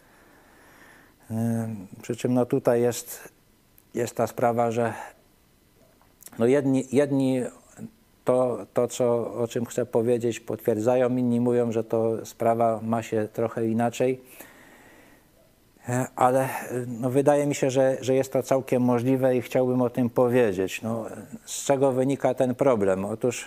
E, przy czym no tutaj jest, jest ta sprawa, że no jedni, jedni to, to co, o czym chcę powiedzieć, potwierdzają, inni mówią, że to sprawa ma się trochę inaczej. Ale no, wydaje mi się, że, że jest to całkiem możliwe i chciałbym o tym powiedzieć. No, z czego wynika ten problem? Otóż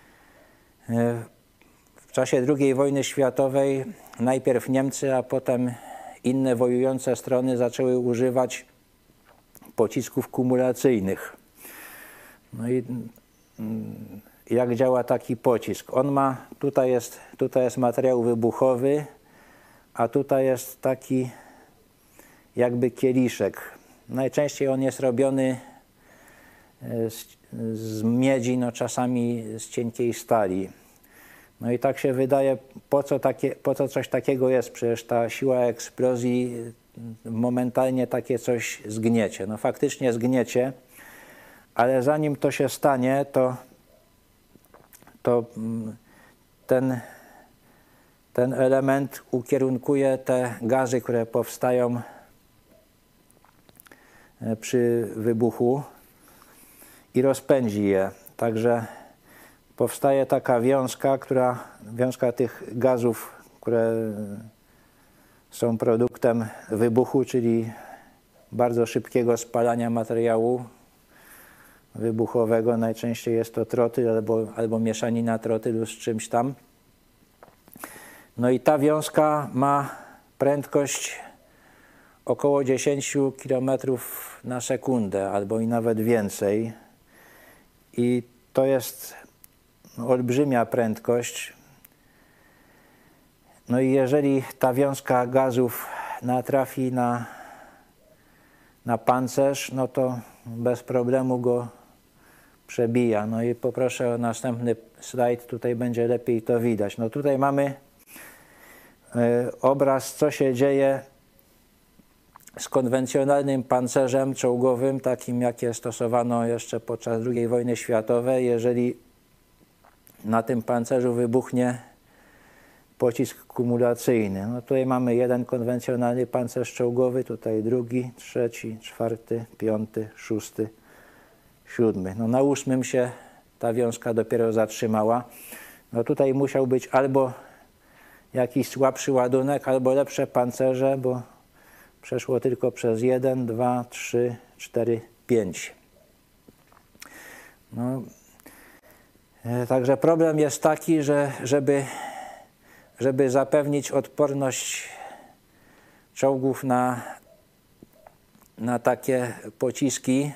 w czasie drugiej wojny światowej najpierw Niemcy, a potem inne wojujące strony zaczęły używać pocisków kumulacyjnych. No i jak działa taki pocisk? On ma, tutaj jest, tutaj jest materiał wybuchowy, a tutaj jest taki jakby kieliszek. Najczęściej on jest robiony z, z miedzi, no czasami z cienkiej stali. No i tak się wydaje, po co, takie, po co coś takiego jest? Przecież ta siła eksplozji momentalnie takie coś zgniecie. No faktycznie zgniecie, ale zanim to się stanie, to, to ten, ten element ukierunkuje te gazy, które powstają przy wybuchu i rozpędzi je. Także powstaje taka wiązka, która, wiązka tych gazów, które są produktem wybuchu, czyli bardzo szybkiego spalania materiału wybuchowego. Najczęściej jest to trotyl albo, albo mieszanina trotylu z czymś tam. No i ta wiązka ma prędkość około dziesięć kilometrów na sekundę, albo i nawet więcej. I to jest olbrzymia prędkość. No i jeżeli ta wiązka gazów natrafi na, na pancerz, no to bez problemu go przebija. No i poproszę o następny slajd, tutaj będzie lepiej to widać. No tutaj mamy y, obraz, co się dzieje z konwencjonalnym pancerzem czołgowym, takim jakie stosowano jeszcze podczas drugiej wojny światowej. Jeżeli na tym pancerzu wybuchnie pocisk kumulacyjny. No tutaj mamy jeden konwencjonalny pancerz czołgowy, tutaj drugi, trzeci, czwarty, piąty, szósty, siódmy. No na ósmym się ta wiązka dopiero zatrzymała. No tutaj musiał być albo jakiś słabszy ładunek, albo lepsze pancerze, bo przeszło tylko przez jeden, dwa, trzy, cztery, pięć. No, e, także problem jest taki, że żeby, żeby zapewnić odporność czołgów na, na takie pociski,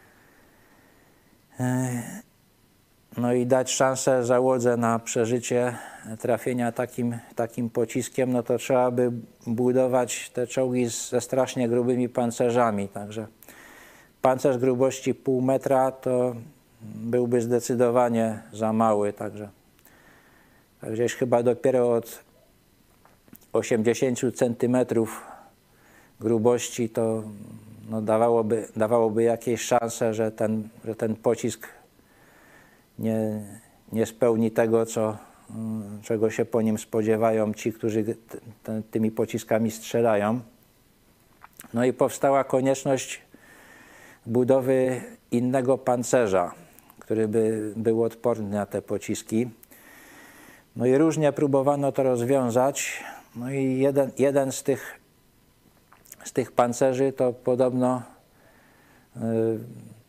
e, no i dać szansę załodze na przeżycie trafienia takim, takim pociskiem, no to trzeba by budować te czołgi ze strasznie grubymi pancerzami. Także pancerz grubości pół metra to byłby zdecydowanie za mały. Także tak gdzieś chyba dopiero od osiemdziesięciu centymetrów grubości to no dawałoby, dawałoby jakieś szanse, że ten, że ten pocisk nie, nie spełni tego, co, czego się po nim spodziewają ci, którzy t, tymi pociskami strzelają. No i powstała konieczność budowy innego pancerza, który by był odporny na te pociski. No i różnie próbowano to rozwiązać. No i jeden, jeden z tych, z tych pancerzy to podobno yy,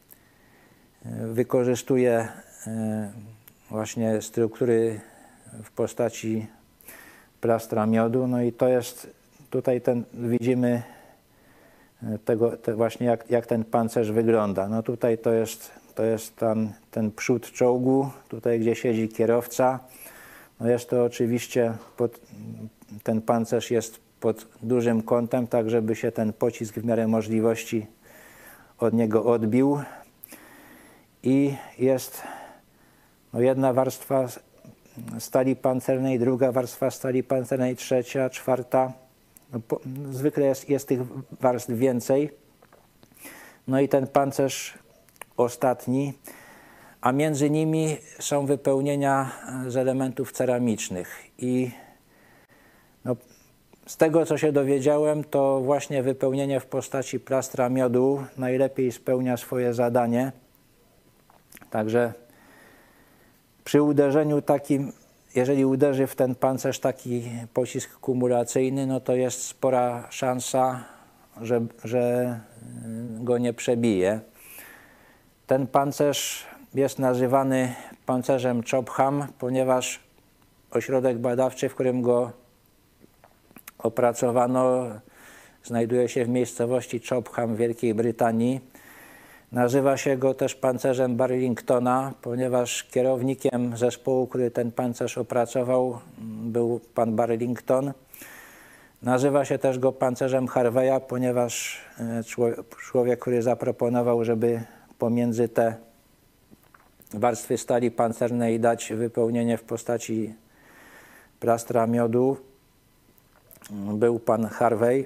wykorzystuje właśnie struktury w postaci plastra miodu. No i to jest, tutaj ten, widzimy tego, te właśnie jak, jak ten pancerz wygląda. No tutaj to jest, to jest ten, ten przód czołgu, tutaj gdzie siedzi kierowca. No jest to oczywiście, pod, ten pancerz jest pod dużym kątem, tak żeby się ten pocisk w miarę możliwości od niego odbił. I jest no jedna warstwa stali pancernej, druga warstwa stali pancernej, trzecia, czwarta. No po, zwykle jest, jest tych warstw więcej. No i ten pancerz ostatni, a między nimi są wypełnienia z elementów ceramicznych. I no, z tego, co się dowiedziałem, to właśnie wypełnienie w postaci plastra miodu najlepiej spełnia swoje zadanie. Także przy uderzeniu takim, jeżeli uderzy w ten pancerz taki pocisk kumulacyjny, no to jest spora szansa, że, że go nie przebije. Ten pancerz jest nazywany pancerzem Chopham, ponieważ ośrodek badawczy, w którym go opracowano, znajduje się w miejscowości Chopham w Wielkiej Brytanii. Nazywa się go też pancerzem Burlingtona, ponieważ kierownikiem zespołu, który ten pancerz opracował, był pan Burlington. Nazywa się też go pancerzem Harveya, ponieważ człowiek, który zaproponował, żeby pomiędzy te warstwy stali pancernej dać wypełnienie w postaci plastra miodu, był pan Harvey.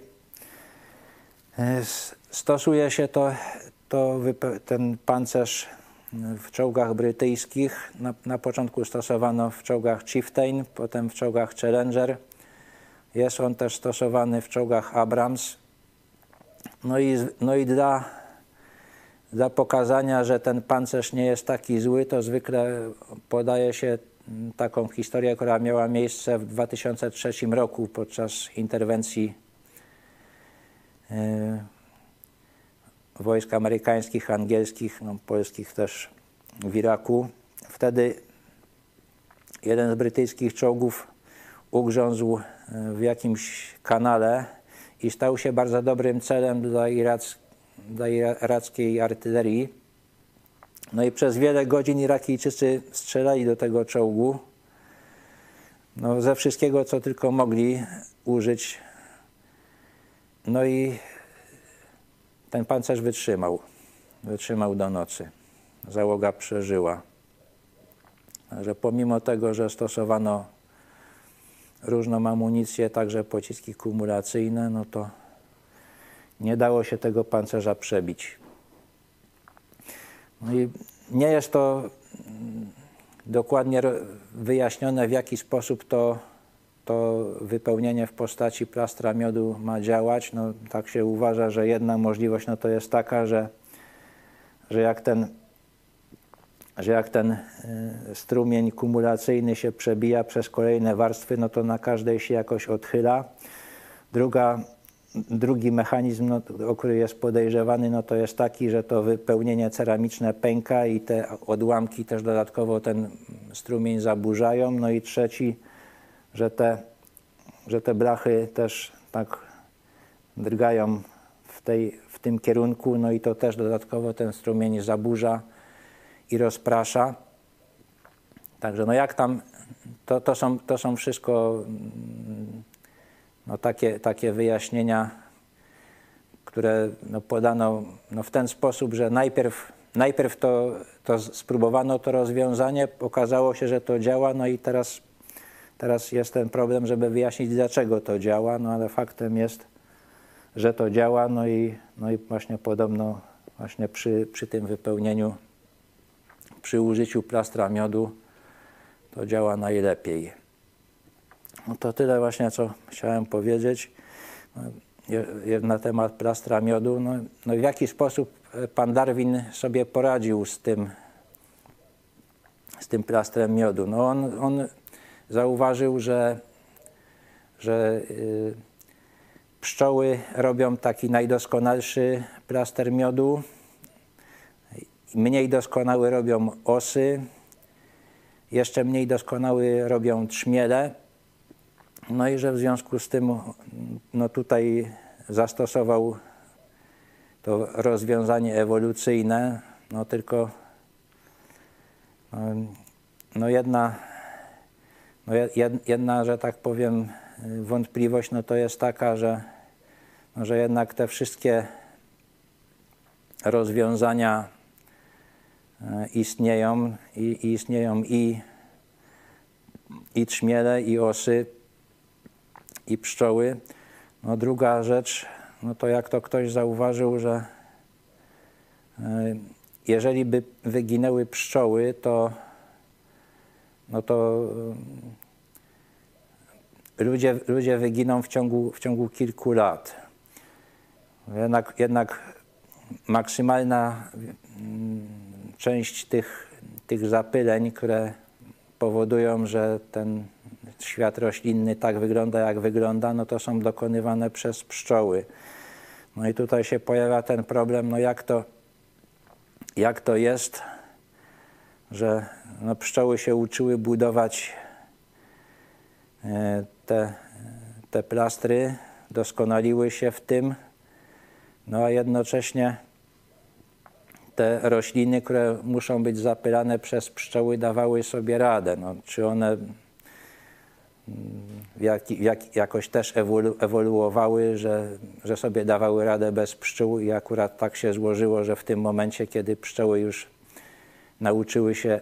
Stosuje się to To ten pancerz w czołgach brytyjskich. Na, na początku stosowano w czołgach Chieftain, potem w czołgach Challenger. Jest on też stosowany w czołgach Abrams. No i, no i dla, dla pokazania, że ten pancerz nie jest taki zły, to zwykle podaje się taką historię, która miała miejsce w dwa tysiące trzecim roku podczas interwencji yy, wojsk amerykańskich, angielskich, no, polskich też w Iraku. Wtedy jeden z brytyjskich czołgów ugrzązł w jakimś kanale i stał się bardzo dobrym celem dla, irac, dla irackiej artylerii. No i przez wiele godzin Irakijczycy strzelali do tego czołgu. No, ze wszystkiego, co tylko mogli użyć. No i ten pancerz wytrzymał. Wytrzymał do nocy. Załoga przeżyła. Także pomimo tego, że stosowano różną amunicję, także pociski kumulacyjne, no to nie dało się tego pancerza przebić. No i nie jest to dokładnie wyjaśnione, w jaki sposób to, to wypełnienie w postaci plastra miodu ma działać. No, tak się uważa, że jedna możliwość no to jest taka, że, że jak ten, że jak ten strumień kumulacyjny się przebija przez kolejne warstwy, no to na każdej się jakoś odchyla. Druga, drugi mechanizm, no, o który jest podejrzewany, no to jest taki, że to wypełnienie ceramiczne pęka i te odłamki też dodatkowo ten strumień zaburzają. No i trzeci, że te, że te blachy też tak drgają w, tej, w tym kierunku, no i to też dodatkowo ten strumień zaburza i rozprasza. Także no jak tam, to, to, są, to są wszystko no takie, takie wyjaśnienia, które no podano no w ten sposób, że najpierw, najpierw to, to spróbowano to rozwiązanie, okazało się, że to działa, no i teraz, teraz jest ten problem, żeby wyjaśnić, dlaczego to działa, no ale faktem jest, że to działa, no i, no i właśnie podobno właśnie przy, przy tym wypełnieniu, przy użyciu plastra miodu to działa najlepiej. No to tyle właśnie, co chciałem powiedzieć na temat plastra miodu. No, no w jaki sposób pan Darwin sobie poradził z tym, z tym plastrem miodu? No on, on zauważył, że, że y, pszczoły robią taki najdoskonalszy plaster miodu, mniej doskonały robią osy, jeszcze mniej doskonały robią trzmiele. No i że w związku z tym no tutaj zastosował to rozwiązanie ewolucyjne, no tylko no jedna, no jedna, że tak powiem, wątpliwość, no to jest taka, że, no, że jednak te wszystkie rozwiązania istnieją i, i istnieją i, i trzmiele, i osy, i pszczoły. No druga rzecz, no to jak to ktoś zauważył, że jeżeli by wyginęły pszczoły, to, no to ludzie, ludzie wyginą w ciągu, w ciągu kilku lat. Jednak, jednak maksymalna część tych, tych zapyleń, które powodują, że ten świat roślinny tak wygląda, jak wygląda, no to są dokonywane przez pszczoły. No i tutaj się pojawia ten problem, no jak to, jak to jest, że no pszczoły się uczyły budować te, te plastry, doskonaliły się w tym, no a jednocześnie te rośliny, które muszą być zapylane przez pszczoły, dawały sobie radę. No, czy one jak, jak, jakoś też ewolu, ewoluowały, że, że sobie dawały radę bez pszczół i akurat tak się złożyło, że w tym momencie, kiedy pszczoły już nauczyły się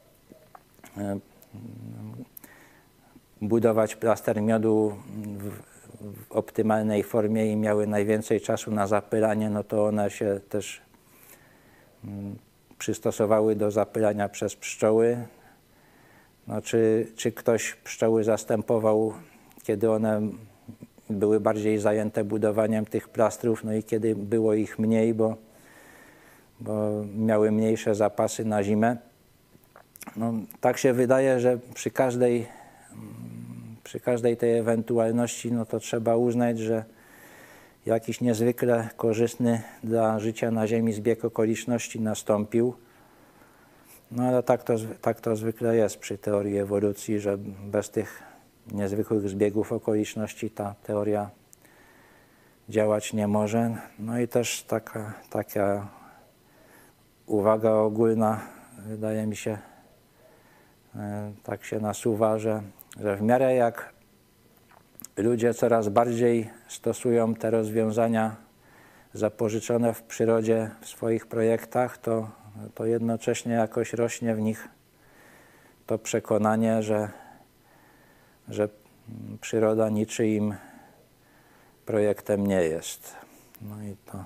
budować plaster miodu w, w optymalnej formie i miały najwięcej czasu na zapylanie, no to one się też przystosowały do zapylania przez pszczoły. No, czy, czy ktoś pszczoły zastępował, kiedy one były bardziej zajęte budowaniem tych plastrów, no i kiedy było ich mniej, bo, bo miały mniejsze zapasy na zimę. No, tak się wydaje, że przy każdej, przy każdej tej ewentualności, no to trzeba uznać, że jakiś niezwykle korzystny dla życia na Ziemi zbieg okoliczności nastąpił. No ale tak to, tak to zwykle jest przy teorii ewolucji, że bez tych niezwykłych zbiegów okoliczności ta teoria działać nie może. No i też taka, taka uwaga ogólna, wydaje mi się, tak się nasuwa, że, że w miarę jak ludzie coraz bardziej stosują te rozwiązania zapożyczone w przyrodzie w swoich projektach, to, to jednocześnie jakoś rośnie w nich to przekonanie, że, że przyroda niczyim projektem nie jest. No i to,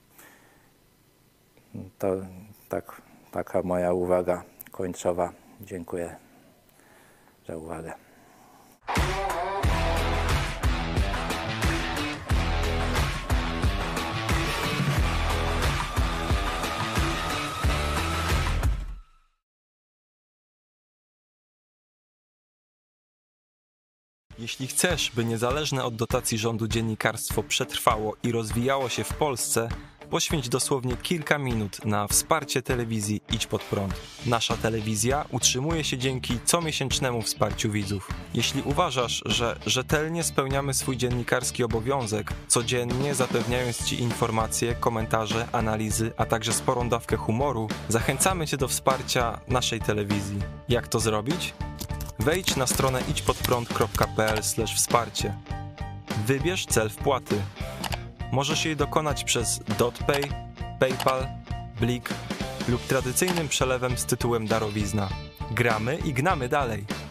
to tak, taka moja uwaga końcowa. Dziękuję za uwagę. Jeśli chcesz, by niezależne od dotacji rządu dziennikarstwo przetrwało i rozwijało się w Polsce, poświęć dosłownie kilka minut na wsparcie telewizji Idź Pod Prąd. Nasza telewizja utrzymuje się dzięki comiesięcznemu wsparciu widzów. Jeśli uważasz, że rzetelnie spełniamy swój dziennikarski obowiązek, codziennie zapewniając Ci informacje, komentarze, analizy, a także sporą dawkę humoru, zachęcamy Cię do wsparcia naszej telewizji. Jak to zrobić? Wejdź na stronę idźpodprąd kropka p l slash wsparcie. Wybierz cel wpłaty. Możesz jej dokonać przez DotPay, PayPal, Blik lub tradycyjnym przelewem z tytułem darowizna. Gramy i gnamy dalej.